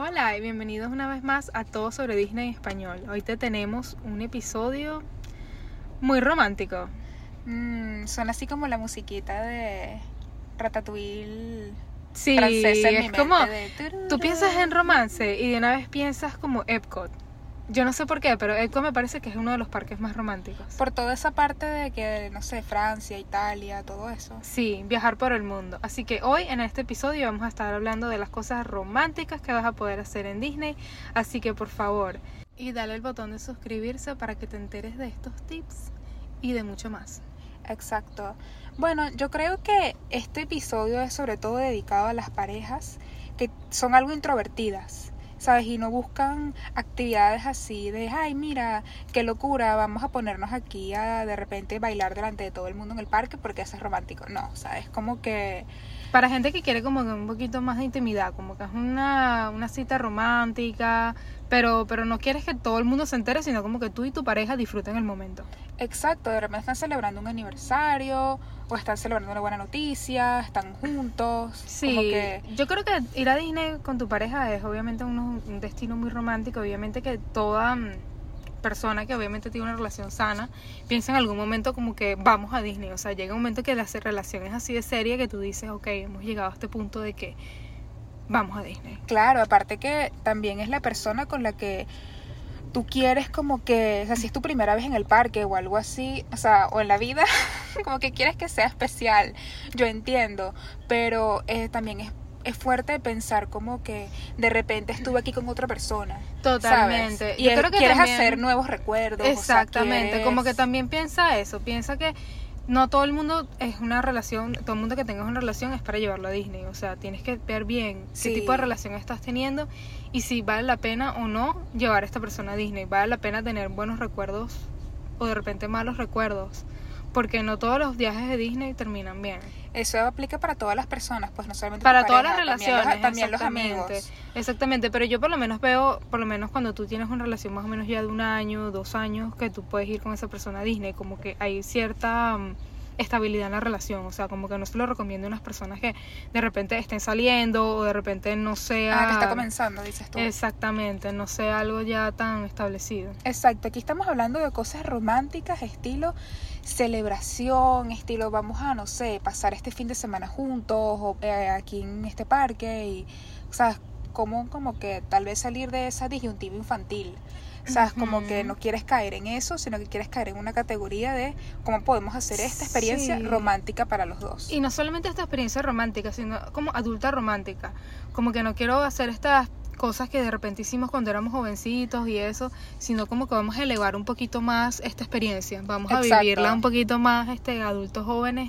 Hola y bienvenidos una vez más a Todo sobre Disney en español. Hoy te tenemos un episodio muy romántico. Suena así como la musiquita de Ratatouille Sí, francesa en mi es mente como, de tú piensas en romance y de una vez piensas como Epcot. Yo no sé por qué, pero Epcot me parece que es uno de los parques más románticos. por toda esa parte de que, no sé, Francia, Italia, todo eso. Sí, viajar por el mundo. Así que hoy en este episodio vamos a estar hablando de las cosas románticas que vas a poder hacer en Disney. Así que por favor, y dale el botón de suscribirse para que te enteres de estos tips y de mucho más. Exacto. Bueno, yo creo que este episodio es sobre todo dedicado a las parejas que son algo introvertidas, ¿sabes? Y no buscan actividades así de, ay, mira, qué locura, vamos a ponernos aquí a de repente bailar delante de todo el mundo en el parque porque eso es romántico. No, ¿sabes? Como que... Para gente que quiere como que un poquito más de intimidad, como que es una cita romántica, pero no quieres que todo el mundo se entere, sino como que tú y tu pareja disfruten el momento. Exacto, de repente están celebrando un aniversario o están celebrando una buena noticia, están juntos. Sí, como que... yo creo que ir a Disney con tu pareja es obviamente un destino muy romántico. Obviamente que toda persona que obviamente tiene una relación sana piensa en algún momento como que vamos a Disney. O sea, llega un momento que la relación es así de seria que tú dices, ok, hemos llegado a este punto de que vamos a Disney. Claro, aparte que también es la persona con la que tú quieres como que, o sea, si es tu primera vez en el parque o algo así, o sea, o en la vida, como que quieres que sea especial, yo entiendo, pero también es fuerte pensar como que de repente estuve aquí con otra persona. Totalmente. ¿Sabes? Y Yo creo que quieres también... hacer nuevos recuerdos. Exactamente, o sea, quieres... como que también piensa eso, piensa que no todo el mundo es una relación, todo el mundo que tengas una relación es para llevarlo a Disney, o sea, tienes que ver bien qué Sí. tipo de relación estás teniendo y si vale la pena o no llevar a esta persona a Disney, vale la pena tener buenos recuerdos o de repente malos recuerdos, porque no todos los viajes de Disney terminan bien. Eso aplica para todas las personas, pues no solamente Para tu todas pareja, las relaciones, también los exactamente. amigos. Exactamente, pero yo por lo menos veo, por lo menos cuando tú tienes una relación más o menos ya de 1 año, 2 años, que tú puedes ir con esa persona a Disney, como que hay cierta estabilidad en la relación, o sea, como que no se lo recomiendo a unas personas que de repente estén saliendo o de repente no sea... Que está comenzando, dices tú. Exactamente, no sea algo ya tan establecido. Exacto, aquí estamos hablando de cosas románticas, estilo celebración, estilo vamos a, no sé, pasar este fin de semana juntos o aquí en este parque y, o sea, como que tal vez salir de esa disyuntiva infantil. O sea, como que no quieres caer en eso, sino que quieres caer en una categoría de cómo podemos hacer esta experiencia romántica para los dos. Y no solamente esta experiencia romántica, sino como adulta romántica. Como que no quiero hacer estas cosas que de repente hicimos cuando éramos jovencitos y eso, sino como que vamos a elevar un poquito más esta experiencia. Vamos a vivirla un poquito más adultos jóvenes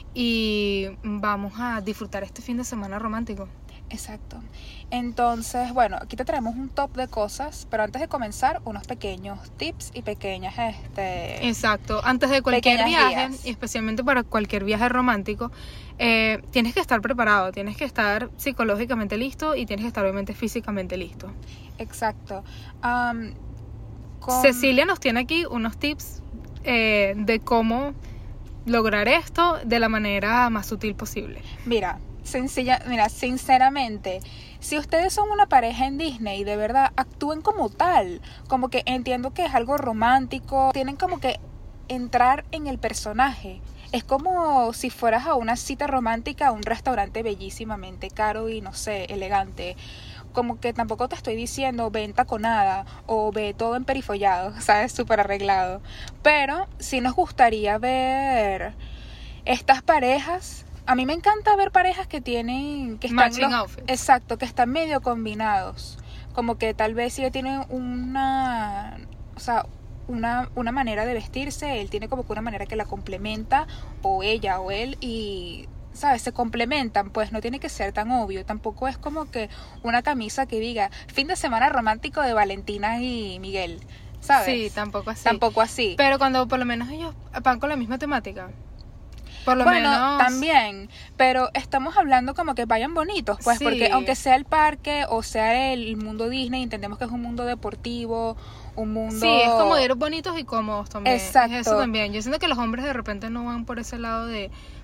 y vamos a disfrutar este fin de semana romántico. Exacto. Entonces, bueno, aquí te traemos un top de cosas, pero antes de comenzar, unos pequeños tips y pequeñas, Exacto. Antes de cualquier viaje, guías. y especialmente para cualquier viaje romántico, tienes que estar preparado, tienes que estar psicológicamente listo y tienes que estar obviamente físicamente listo. Exacto. Cecilia nos tiene aquí unos tips de cómo lograr esto de la manera más sutil posible. Mira, sinceramente, si ustedes son una pareja en Disney, de verdad, actúen como tal. Como que entiendo que es algo romántico. Tienen como que entrar en el personaje. Es como si fueras a una cita romántica a un restaurante bellísimamente caro y, no sé, elegante. Como que tampoco te estoy diciendo ve entaconada o ve todo emperifollado, ¿sabes? Súper arreglado. Pero sí nos gustaría ver estas parejas. A mí me encanta ver parejas que tienen... que están matching outfits. Exacto, que están medio combinados. Como que tal vez ella tiene una... O sea, una manera de vestirse, él tiene como que una manera que la complementa, o ella o él, y... ¿sabes? Se complementan, pues no tiene que ser tan obvio. Tampoco es como que una camisa que diga fin de semana romántico de Valentina y Miguel, ¿sabes? Sí, tampoco así. Tampoco así. Pero cuando por lo menos ellos van con la misma temática. Por lo bueno, menos... también, pero estamos hablando como que vayan bonitos, pues, Sí. porque aunque sea el parque o sea el mundo Disney, entendemos que es un mundo deportivo, un mundo... Sí, es como ir bonitos y cómodos también. Exacto. Es eso también. Yo siento que los hombres de repente no van por ese lado de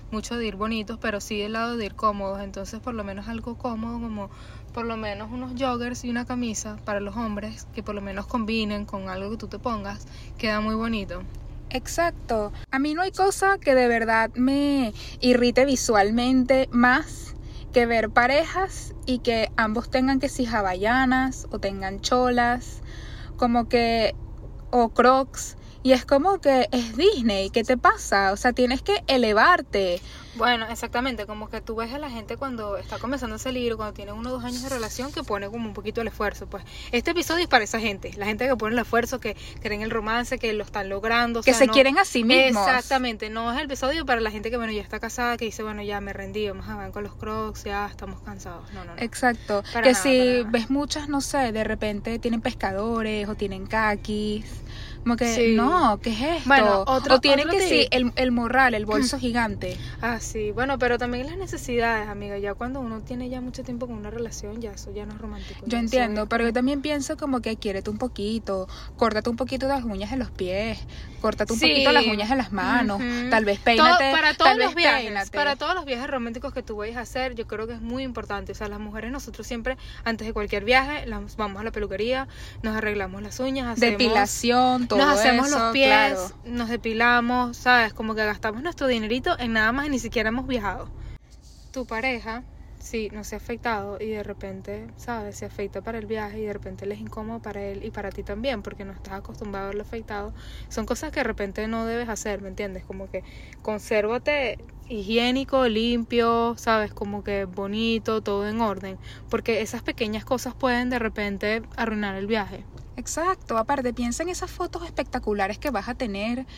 mucho de ir bonitos, pero sí del lado de ir cómodos. Entonces por lo menos algo cómodo, como por lo menos unos joggers y una camisa para los hombres, que por lo menos combinen con algo que tú te pongas, queda muy bonito. Exacto. A mí no hay cosa que de verdad me irrite visualmente más que ver parejas y que ambos tengan que si hawaianas o tengan cholas, como que, o crocs, y es como que es Disney, ¿qué te pasa? O sea, tienes que elevarte. Bueno, exactamente, como que tú ves a la gente cuando está comenzando a salir o cuando tiene 1 o 2 años de relación que pone como un poquito el esfuerzo. Pues este episodio es para esa gente, la gente que pone el esfuerzo, que creen el romance, que lo están logrando. Que se quieren a sí mismos. Exactamente, no es el episodio para la gente que bueno ya está casada, que dice bueno ya me rendí, vamos a ver con los crocs, ya estamos cansados. No. Exacto, Para que nada, si para ves muchas, no sé, de repente tienen pescadores o tienen kakis. Como que, Sí. no, ¿qué es esto? Bueno, o tienen otro que tip. sí, el morral, el bolso gigante. Ah, sí, bueno, pero también las necesidades, amiga, ya cuando uno tiene ya mucho tiempo con una relación, ya eso ya no es romántico. Yo ya eso entiendo, es pero yo como- también pienso como que quiérete un poquito, córtate un poquito las uñas de los pies, córtate un Sí. poquito las uñas de las manos, Ujú. tal vez peínate, Para todos tal vez los viajes, peínate. para todos los viajes románticos que tú vayas a hacer, yo creo que es muy importante. O sea, las mujeres nosotros siempre, antes de cualquier viaje, vamos a la peluquería, nos arreglamos las uñas, hacemos, Depilación, todo nos hacemos eso, los pies, claro. nos depilamos, ¿sabes? Como que gastamos nuestro dinerito en nada más y ni siquiera hemos viajado. Tu pareja, sí, no se ha afeitado y de repente, ¿sabes? Se afeita para el viaje y de repente le es incómodo para él y para ti también porque no estás acostumbrado a verlo afeitado. Son cosas que de repente no debes hacer, ¿me entiendes? Como que consérvate higiénico, limpio, ¿sabes? Como que bonito, todo en orden, porque esas pequeñas cosas pueden de repente arruinar el viaje. Exacto, aparte piensa en esas fotos espectaculares que vas a tener,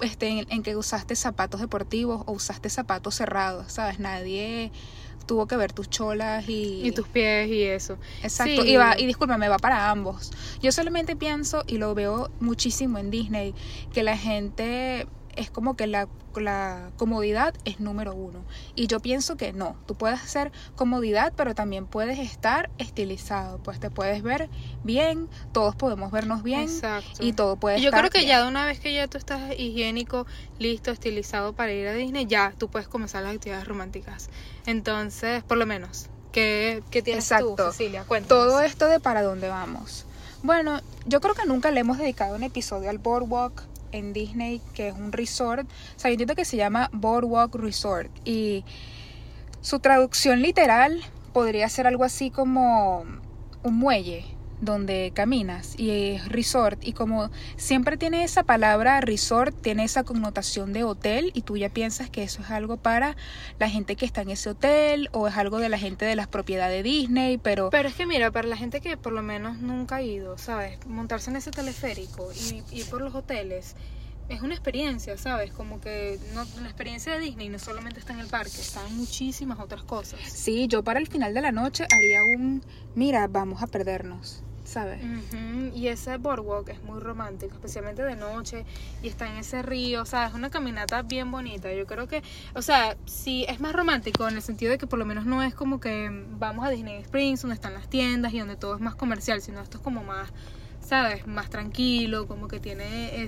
en que usaste zapatos deportivos o usaste zapatos cerrados, ¿sabes? Nadie tuvo que ver tus cholas Y tus pies y eso. Exacto, Sí. y discúlpame, va para ambos. Yo solamente pienso, y lo veo muchísimo en Disney, que la gente es como que la comodidad es número 1. Y yo pienso que no, tú puedes hacer comodidad, pero también puedes estar estilizado. Pues te puedes ver bien, todos podemos vernos bien. Exacto. Y todo puede Y yo estar creo que bien. ya de una vez que ya tú estás higiénico, listo, estilizado para ir a Disney, ya tú puedes comenzar las actividades románticas. Entonces, por lo menos, ¿qué tienes tú, Exacto. Cecilia? Cuéntanos. Todo esto de para dónde vamos. Bueno, yo creo que nunca le hemos dedicado un episodio al Boardwalk en Disney, que es un resort. O sea, yo entiendo que se llama Boardwalk Resort y su traducción literal podría ser algo así como un muelle donde caminas, y es resort, y como siempre tiene esa palabra resort, tiene esa connotación de hotel, y tú ya piensas que eso es algo para la gente que está en ese hotel o es algo de la gente de las propiedades de Disney, pero Pero es que mira, para la gente que por lo menos nunca ha ido, ¿sabes? Montarse en ese teleférico y ir por los hoteles es una experiencia, ¿sabes? Como que no, la experiencia de Disney no solamente está en el parque, está en muchísimas otras cosas. sí, yo para el final de la noche haría mira, vamos a perdernos, ¿sabes? Ujú. Y ese boardwalk es muy romántico, especialmente de noche, y está en ese río, o sea, es una caminata bien bonita. Yo creo que, o sea, sí es más romántico en el sentido de que por lo menos no es como que vamos a Disney Springs donde están las tiendas y donde todo es más comercial, sino esto es como más, ¿sabes? Más tranquilo, como que tiene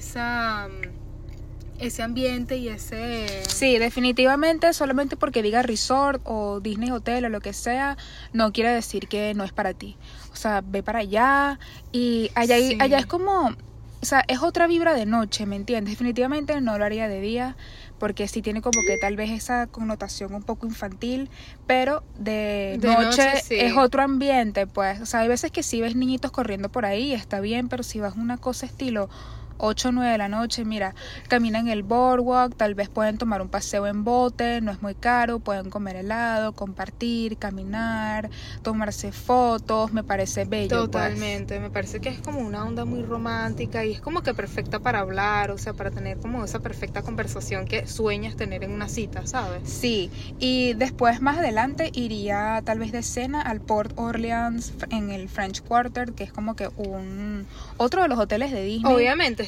ese ambiente y ese... Sí, definitivamente solamente porque diga resort o Disney Hotel o lo que sea, no quiere decir que no es para ti. O sea, ve para allá y allá, Sí. allá es como, o sea, es otra vibra de noche, ¿me entiendes? Definitivamente no lo haría de día porque sí tiene como que tal vez esa connotación un poco infantil, pero de noche sí. es otro ambiente, pues. O sea, hay veces que sí ves niñitos corriendo por ahí, está bien, pero si vas una cosa estilo 8 o 9 de la noche, mira, caminan el boardwalk, tal vez pueden tomar un paseo en bote, no es muy caro, pueden comer helado, compartir, caminar, tomarse fotos, me parece bello. Totalmente, me parece que es como una onda muy romántica y es como que perfecta para hablar, o sea, para tener como esa perfecta conversación que sueñas tener en una cita, ¿sabes? Sí, y después más adelante iría tal vez de cena al Port Orleans en el French Quarter, que es como que otro de los hoteles de Disney. Obviamente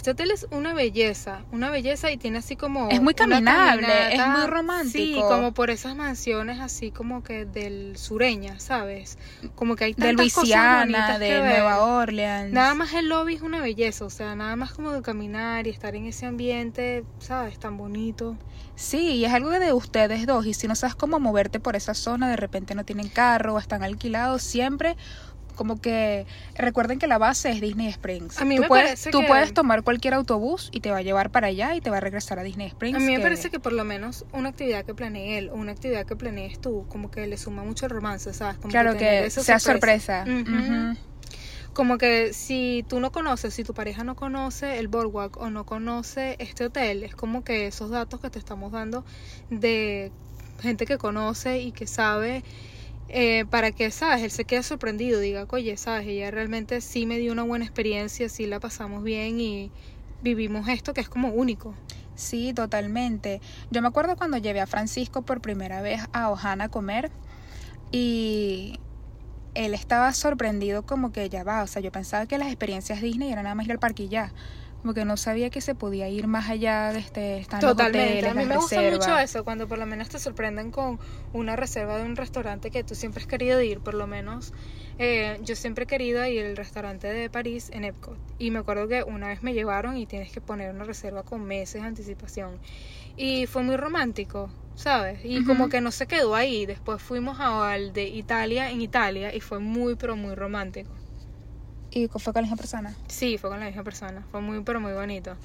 este hotel es una belleza y tiene así como... Es muy una caminable, caminata, es muy romántico. Sí, como por esas mansiones así como que del sureña, ¿sabes? Como que hay De tantas cosas Luisiana, bonitas de que ver. Nueva Orleans. Nada más el lobby es una belleza, o sea, nada más como de caminar y estar en ese ambiente, ¿sabes? Tan bonito. Sí, y es algo de ustedes dos. Y si no sabes cómo moverte por esa zona, de repente no tienen carro o están alquilados, siempre como que recuerden que la base es Disney Springs. A mí tú me puedes, parece tú que- puedes tomar cualquier autobús y te va a llevar para allá y te va a regresar a Disney Springs. A mí me parece que por lo menos una actividad que planee él o una actividad que planees tú, como que le suma mucho romance, ¿sabes? Como claro tener que esa sea sorpresa. Ujú. Ujú. Como que si tú no conoces, si tu pareja no conoce el Boardwalk o no conoce este hotel, es como que esos datos que te estamos dando de gente que conoce y que sabe, para que, ¿sabes? Él se quede sorprendido, diga, oye, ¿sabes? Ella realmente sí me dio una buena experiencia, sí la pasamos bien y vivimos esto que es como único. Sí, totalmente. Yo me acuerdo cuando llevé a Francisco por primera vez a Ohana a comer y él estaba sorprendido como que ya va, o sea, yo pensaba que las experiencias Disney eran nada más ir al parque y ya, como que no sabía que se podía ir más allá de están los Totalmente, hoteles, a mí las me gusta reservas. mucho eso, cuando por lo menos te sorprenden con una reserva de un restaurante que tú siempre has querido ir, por lo menos yo siempre he querido ir al restaurante de París en Epcot, y me acuerdo que una vez me llevaron y tienes que poner una reserva con meses de anticipación, y fue muy romántico, ¿sabes? Y Ujú. como que no se quedó ahí, después fuimos al de Italia, en Italia, y fue muy, pero muy romántico. Y fue con la misma persona. Sí, fue con la misma persona, fue muy, pero muy bonito.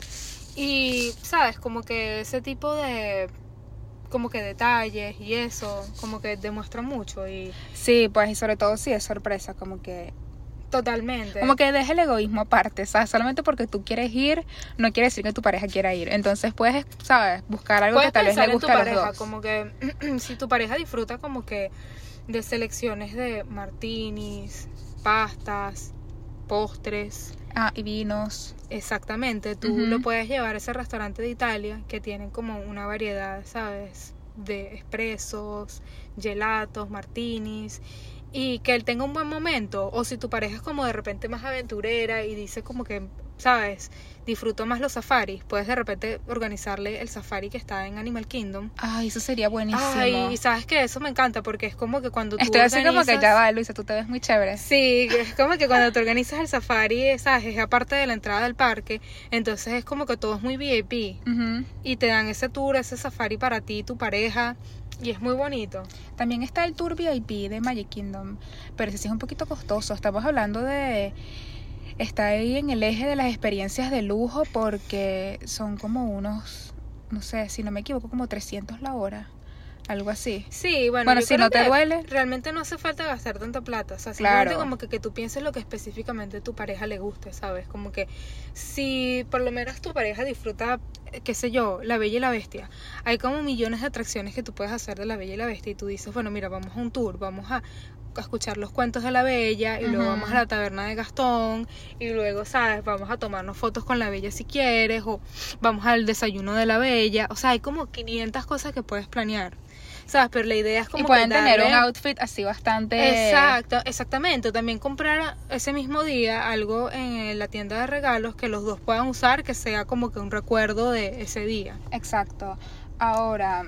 Y, ¿sabes? Como que ese tipo de, como que detalles y eso, como que demuestra mucho y Sí, pues y sobre todo si es sorpresa, como que totalmente. deja el egoísmo aparte, ¿sabes? Solamente porque tú quieres ir, no quiere decir que tu pareja quiera ir. Entonces puedes, ¿sabes? Buscar algo Puedes que tal vez pensar le en tu guste a los pareja, dos. como que si tu pareja disfruta como que de selecciones de martinis, pastas, postres. Ah, y vinos. Exactamente, tú Ujú. lo puedes llevar a ese restaurante de Italia que tienen como una variedad, ¿sabes? De espressos, gelatos, martinis, y que él tenga un buen momento. O si tu pareja es como de repente más aventurera y dice como que, ¿sabes? Disfruto más los safaris, puedes de repente organizarle el safari que está en Animal Kingdom. Ay, eso sería buenísimo. Ay, y sabes que eso me encanta porque es como que cuando tú Estoy así como que organizas- ya va, Luisa, tú te ves muy chévere. Sí, es como que cuando te organizas el safari, ¿sabes? Es aparte de la entrada del parque, entonces es como que todo es muy VIP Ujú. y te dan ese tour, ese safari para ti y tu pareja y es muy bonito. También está el tour VIP de Magic Kingdom, pero ese sí es un poquito costoso. Estamos hablando de... Está ahí en el eje de las experiencias de lujo porque son como unos, no sé, si no me equivoco, como 300 la hora. Algo así. Sí, bueno, Bueno, yo si creo no te que duele. realmente no hace falta gastar tanta plata, o sea, simplemente Claro. como que tú pienses lo que específicamente a tu pareja le guste, ¿sabes? Como que si por lo menos tu pareja disfruta, qué sé yo, La Bella y la Bestia, hay como millones de atracciones que tú puedes hacer de La Bella y la Bestia y tú dices, bueno, mira, vamos a un tour, vamos a escuchar los cuentos de la Bella y luego Ujú. vamos a la taberna de Gastón y luego, ¿sabes? Vamos a tomarnos fotos con la Bella si quieres o vamos al desayuno de la Bella, o sea, hay como 500 cosas que puedes planear, ¿sabes? Pero la idea es como Y pueden que tener un darle- outfit así bastante... Exactamente. También comprar ese mismo día algo en la tienda de regalos que los dos puedan usar, que sea como que un recuerdo de ese día. Exacto. Ahora,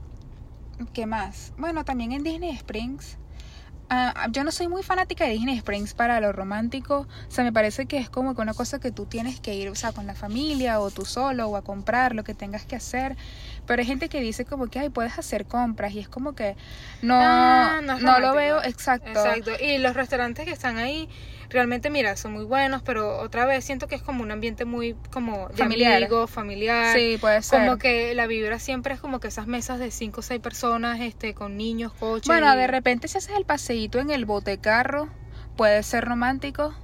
¿qué más? Bueno, también en Disney Springs. Yo no soy muy fanática de Disney Springs para lo romántico. O sea, me parece que es como que una cosa que tú tienes que ir, o sea, con la familia o tú solo o a comprar lo que tengas que hacer. Pero hay gente que dice como que, ay, puedes hacer compras y es como que no, No es no lo romántico. veo exacto. Exacto. Y los restaurantes que están ahí, realmente, mira, son muy buenos, pero otra vez siento que es como un ambiente muy como de Familiar. amigos, familiar. Sí, puede ser. Como que la vibra siempre es como que esas mesas de 5 o 6 personas, con niños, coches. Bueno, y- de repente si haces el paseíto en el botecarro, puede ser romántico.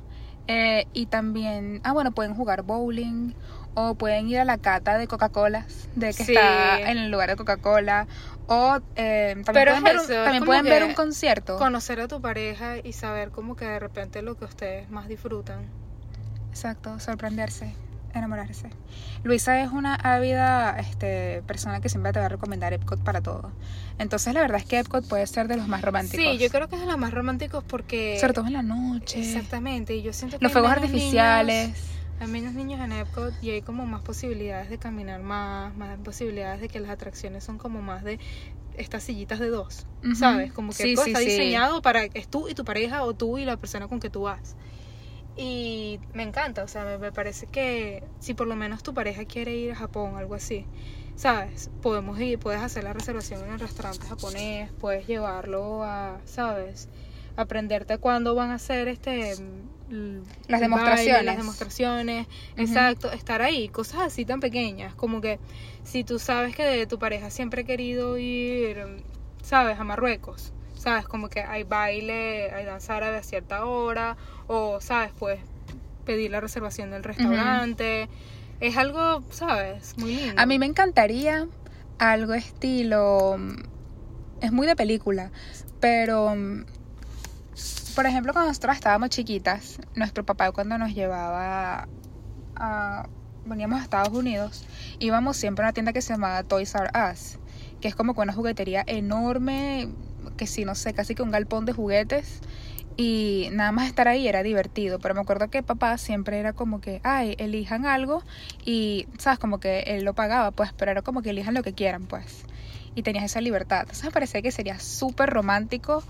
Y también, bueno, pueden jugar bowling o pueden ir a la cata de Coca-Cola, de que Sí. está en el lugar de Coca-Cola. O también Pero pueden, ver es un, eso, es también como pueden ver que un concierto. conocer a tu pareja y saber como que de repente lo que ustedes más disfrutan. Exacto, sorprenderse, enamorarse. Luisa es una ávida persona que siempre te va a recomendar Epcot para todo. Entonces la verdad es que Epcot puede ser de los más románticos. Sí, yo creo que es de los más románticos porque... Sobre todo en la noche. Exactamente, y yo siento que Los hay fuegos menos artificiales. niños- Hay menos niños en Epcot y hay como más posibilidades de caminar más posibilidades de que las atracciones son como más de estas sillitas de dos, ¿sabes? Como que todo está diseñado para es tú y tu pareja o tú y la persona con que tú vas. Y me encanta, o sea, me parece que si por lo menos tu pareja quiere ir a Japón, algo así, ¿sabes? Podemos ir, puedes hacer la reservación en el restaurante japonés, puedes llevarlo a, ¿sabes? Aprenderte cuándo van a hacer las demostraciones. Baile, las demostraciones, exacto, estar ahí, cosas así tan pequeñas, como que si tú sabes que tu pareja siempre ha querido ir, ¿sabes? A Marruecos, ¿sabes? Como que hay baile, hay danza árabe a cierta hora, o, ¿sabes? Puedes pedir la reservación del restaurante. Es algo, ¿sabes? Muy lindo. A mí me encantaría algo estilo... Es muy de película, pero... Por ejemplo, cuando nosotros estábamos chiquitas, nuestro papá cuando nos llevaba veníamos a Estados Unidos, íbamos siempre a una tienda que se llamaba Toys R Us, que es como con una juguetería enorme, que sí, no sé, casi que un galpón de juguetes, y nada más estar ahí era divertido. Pero me acuerdo que papá siempre era como que, ay, elijan algo, y, ¿sabes? Como que él lo pagaba, pues, pero era como que elijan lo que quieran, pues, y tenías esa libertad. Entonces me parecía que sería súper romántico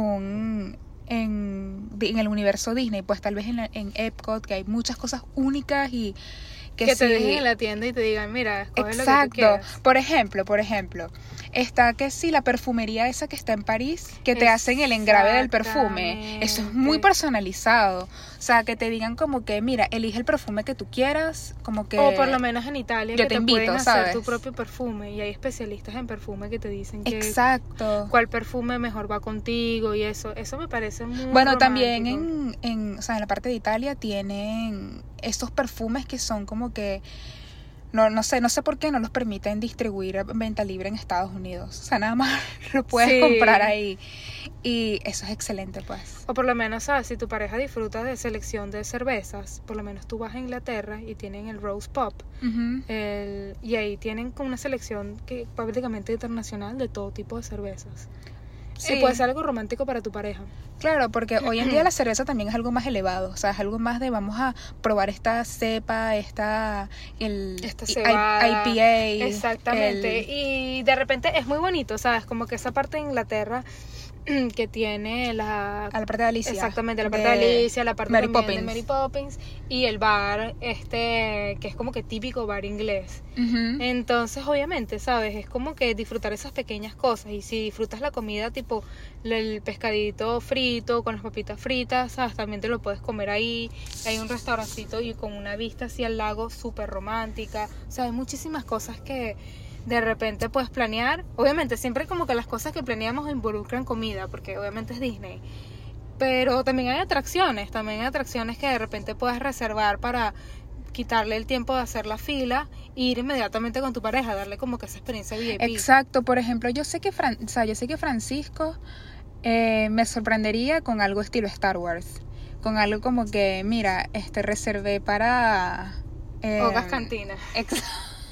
en el universo Disney, pues tal vez en Epcot, que hay muchas cosas únicas y que te dejen en la tienda y te digan, mira, escoge lo que tú quieras. Por ejemplo, está que sí, la perfumería esa que está en París, que te hacen el engrave del perfume, eso es muy personalizado. O sea, que te digan como que, mira, elige el perfume que tú quieras, como que... O por lo menos en Italia, yo que te te invito, pueden ¿sabes? hacer tu propio perfume, y hay especialistas en perfume que te dicen que exacto, cuál perfume mejor va contigo y eso me parece muy bueno, romántico. también o sea, en la parte de Italia tienen estos perfumes que son como que no sé por qué no los permiten distribuir en venta libre en Estados Unidos. O sea, nada más lo puedes comprar ahí. Y eso es excelente, pues. O por lo menos, ¿sabes? Si tu pareja disfruta de selección de cervezas, por lo menos tú vas a Inglaterra y tienen el Rose Pop. Y ahí tienen como una selección que prácticamente internacional de todo tipo de cervezas. Sí, puede ser algo romántico para tu pareja. Claro, porque hoy en día la cerveza también es algo más elevado, o sea, es algo más de vamos a probar esta cepa, esta cebada, IPA. Exactamente, y de repente es muy bonito, ¿sabes? Como que esa parte de Inglaterra que tiene a la parte de Alicia. Exactamente, la parte de Alicia, la parte Mary también Poppins. de Mary Poppins y el bar que es como que típico bar inglés. Entonces, obviamente, ¿sabes? Es como que disfrutar esas pequeñas cosas, y si disfrutas la comida tipo el pescadito frito con las papitas fritas, ¿sabes? También te lo puedes comer ahí. Hay un restaurancito y con una vista hacia el lago súper romántica. O sea, hay muchísimas cosas que de repente puedes planear. Obviamente siempre como que las cosas que planeamos involucran comida, porque obviamente es Disney, pero también hay atracciones que de repente puedes reservar para quitarle el tiempo de hacer la fila e ir inmediatamente con tu pareja, darle como que esa experiencia VIP. Exacto, por ejemplo, yo sé que Francisco me sorprendería con algo estilo Star Wars, con algo como que, mira, reservé para Ogas Cantina. Exacto.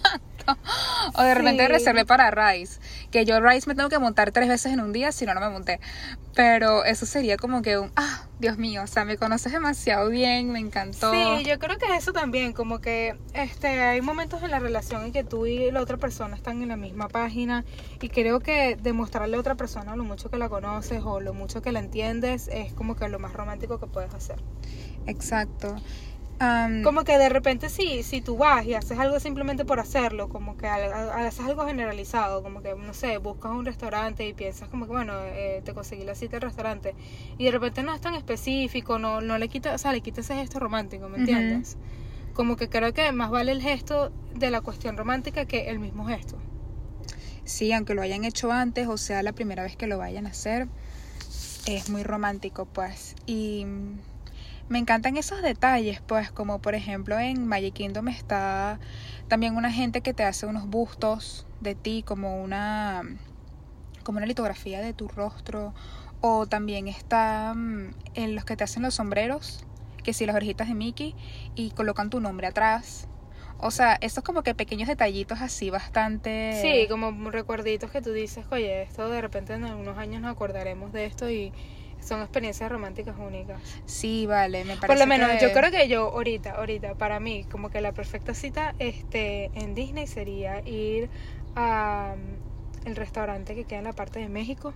O de repente reservé para Rice, que yo Rice me tengo que montar 3 veces en un día, si no, no me monté. Pero eso sería como que Dios mío, o sea, me conoces demasiado bien, me encantó. Sí, yo creo que eso también, como que hay momentos en la relación en que tú y la otra persona están en la misma página, y creo que demostrarle a otra persona lo mucho que la conoces o lo mucho que la entiendes es como que lo más romántico que puedes hacer. Exacto. Como que de repente si tú vas y haces algo simplemente por hacerlo, como que haces algo generalizado, como que, no sé, buscas un restaurante y piensas como que, bueno, te conseguí la cita al restaurante, y de repente no es tan específico, no le quitas, o sea, le quitas ese gesto romántico, ¿me entiendes? Como que creo que más vale el gesto de la cuestión romántica que el mismo gesto. Sí, aunque lo hayan hecho antes, o sea, la primera vez que lo vayan a hacer, es muy romántico, pues. Y me encantan esos detalles, pues, como por ejemplo en Magic Kingdom está también una gente que te hace unos bustos de ti, como una litografía de tu rostro. O también está en los que te hacen los sombreros, que sí, las orejitas de Mickey, y colocan tu nombre atrás. O sea, esos como que pequeños detallitos así bastante... Sí, como recuerditos que tú dices, oye, esto de repente en algunos años nos acordaremos de esto, y son experiencias románticas únicas. Sí, vale, me parece. Por lo menos, yo creo que yo ahorita, para mí, como que la perfecta cita en Disney sería ir a el restaurante que queda en la parte de México.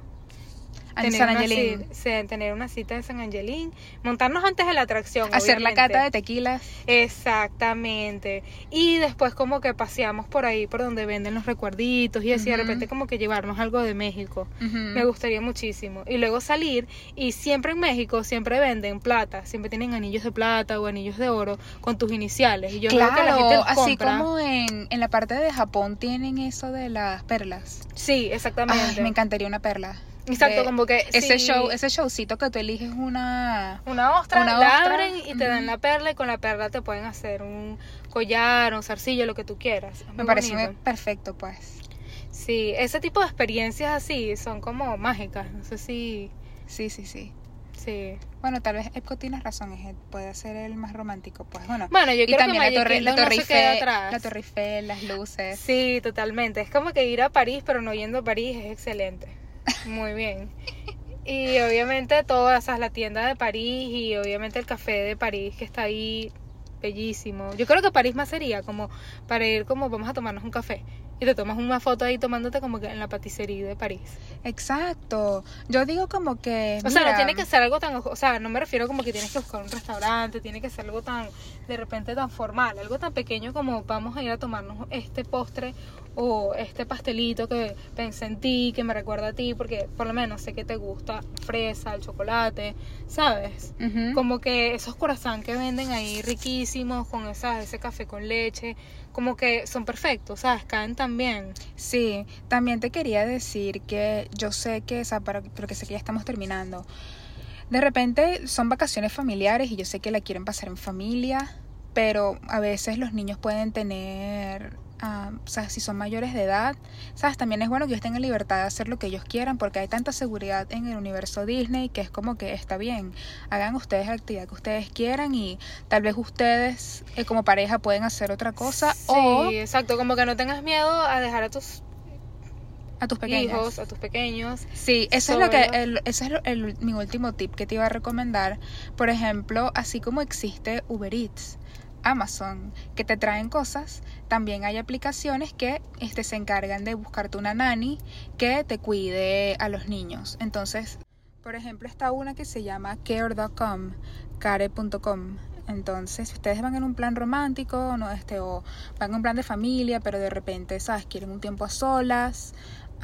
San Angelín. Tener una cita en San Angelín, montarnos antes de la atracción, hacer obviamente. la cata de tequilas. Exactamente. Y después como que paseamos por ahí, por donde venden los recuerditos y así, de repente como que llevarnos algo de México. Me gustaría muchísimo. Y luego salir, y siempre en México siempre venden plata, siempre tienen anillos de plata o anillos de oro con tus iniciales. Y yo claro, creo que la gente los así compra. como en la parte de Japón tienen eso de las perlas. Sí, exactamente. Ay, me encantaría una perla. Exacto, como que ese sí, ese showcito que tú eliges una ostra, una la ostra, abren y te dan la perla, y con la perla te pueden hacer un collar, un zarcillo, lo que tú quieras. Me parece perfecto, pues. Sí, ese tipo de experiencias así son como mágicas, no sé si... Sí. Sí. Bueno, tal vez Epcot tienes razón, puede ser el más romántico, pues bueno. Bueno, yo y creo también que la Torre Eiffel, atrás. la Torre Eiffel, las luces. Sí, totalmente. Es como que ir a París, pero no yendo a París, es excelente. Muy bien. Y obviamente todas esas, la tienda de París y obviamente el café de París que está ahí, bellísimo. Yo creo que París más sería como para ir como vamos a tomarnos un café y te tomas una foto ahí tomándote como que en la patisería de París. Exacto. Yo digo como que o sea, no tiene que ser algo tan, o sea, no me refiero como que tienes que buscar un restaurante, tiene que ser algo tan de repente tan formal, algo tan pequeño como vamos a ir a tomarnos este postre o este pastelito que pensé en ti, que me recuerda a ti, porque por lo menos sé que te gusta fresa, el chocolate, ¿sabes? Como que esos croissants que venden ahí riquísimos con ese café con leche, como que son perfectos, ¿sabes? Caen tan bien. Sí, también te quería decir que yo sé que, o sea, porque sé que ya estamos terminando. De repente son vacaciones familiares y yo sé que la quieren pasar en familia, pero a veces los niños pueden tener... o sea, si son mayores de edad, ¿sabes? También es bueno que ellos tengan libertad de hacer lo que ellos quieran porque hay tanta seguridad en el universo Disney que es como que está bien, hagan ustedes la actividad que ustedes quieran y tal vez ustedes como pareja pueden hacer otra cosa. Sí, o exacto, como que no tengas miedo a dejar a tus pequeños hijos, a tus pequeños. Sí, eso es lo que ese es mi último tip que te iba a recomendar. Por ejemplo, así como existe Uber Eats, Amazon, que te traen cosas, también hay aplicaciones que se encargan de buscarte una nanny que te cuide a los niños. Entonces, por ejemplo, está una que se llama care.com, care.com. Entonces, si ustedes van en un plan romántico, no o van en un plan de familia, pero de repente, ¿sabes? Quieren un tiempo a solas,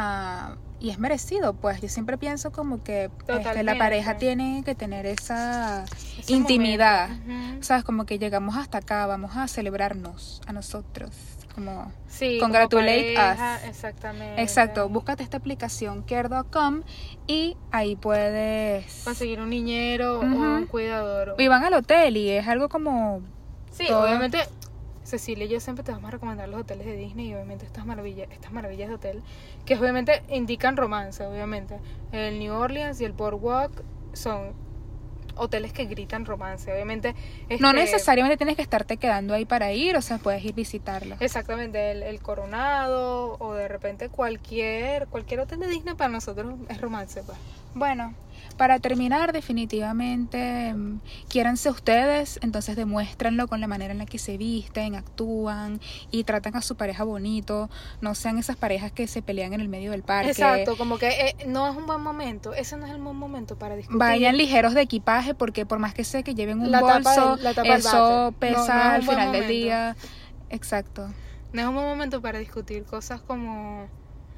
y es merecido, pues yo siempre pienso como que la pareja tiene que tener esa intimidad, ¿sabes? Como que llegamos hasta acá, vamos a celebrarnos a nosotros, como congratulate como us. pareja, exactamente. Exacto, búscate esta aplicación care.com y ahí puedes conseguir un niñero o un cuidador. Y van al hotel y es algo como... Sí, obviamente... Cecilia y yo siempre te vamos a recomendar los hoteles de Disney y obviamente estas maravillas de hotel que obviamente indican romance, obviamente. El New Orleans y el Boardwalk son hoteles que gritan romance, obviamente. No necesariamente tienes que estarte quedando ahí para ir, o sea, puedes ir visitarlo. Exactamente, el Coronado o de repente cualquier hotel de Disney para nosotros es romance, pues. Bueno, para terminar, definitivamente, quiéranse ustedes, entonces demuéstranlo con la manera en la que se visten, actúan y tratan a su pareja bonito. No sean esas parejas que se pelean en el medio del parque. Exacto, como que no es un buen momento, ese no es el buen momento para discutir. Vayan ligeros de equipaje porque por más que sé que lleven un bolso, eso pesa al final del día. Exacto. No es un buen momento para discutir cosas como...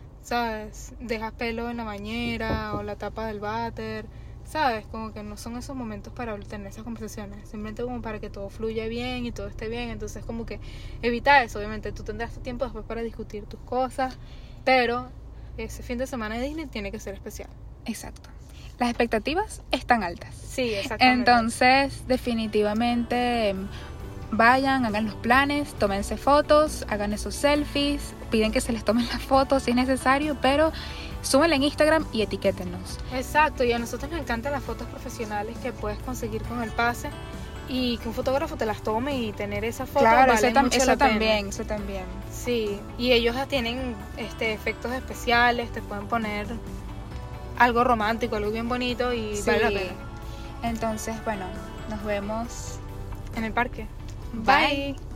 ¿sabes? Dejas pelo en la bañera o la tapa del váter, ¿sabes? Como que no son esos momentos para tener esas conversaciones, simplemente como para que todo fluya bien y todo esté bien. Entonces como que evita eso. Obviamente tú tendrás tu tiempo después para discutir tus cosas, pero ese fin de semana de Disney tiene que ser especial. Exacto. Las expectativas están altas. Sí, exactamente. Entonces, definitivamente... vayan, hagan los planes, tómense fotos, hagan esos selfies, piden que se les tomen las fotos si es necesario, pero súbenla en Instagram y etiquétenos. Exacto, y a nosotros nos encantan las fotos profesionales que puedes conseguir con el pase y que un fotógrafo te las tome y tener esa foto. Claro, vale eso también. Sí, y ellos tienen efectos especiales, te pueden poner algo romántico, algo bien bonito y Sí. vale la pena. Entonces, bueno, nos vemos. En el parque. Bye.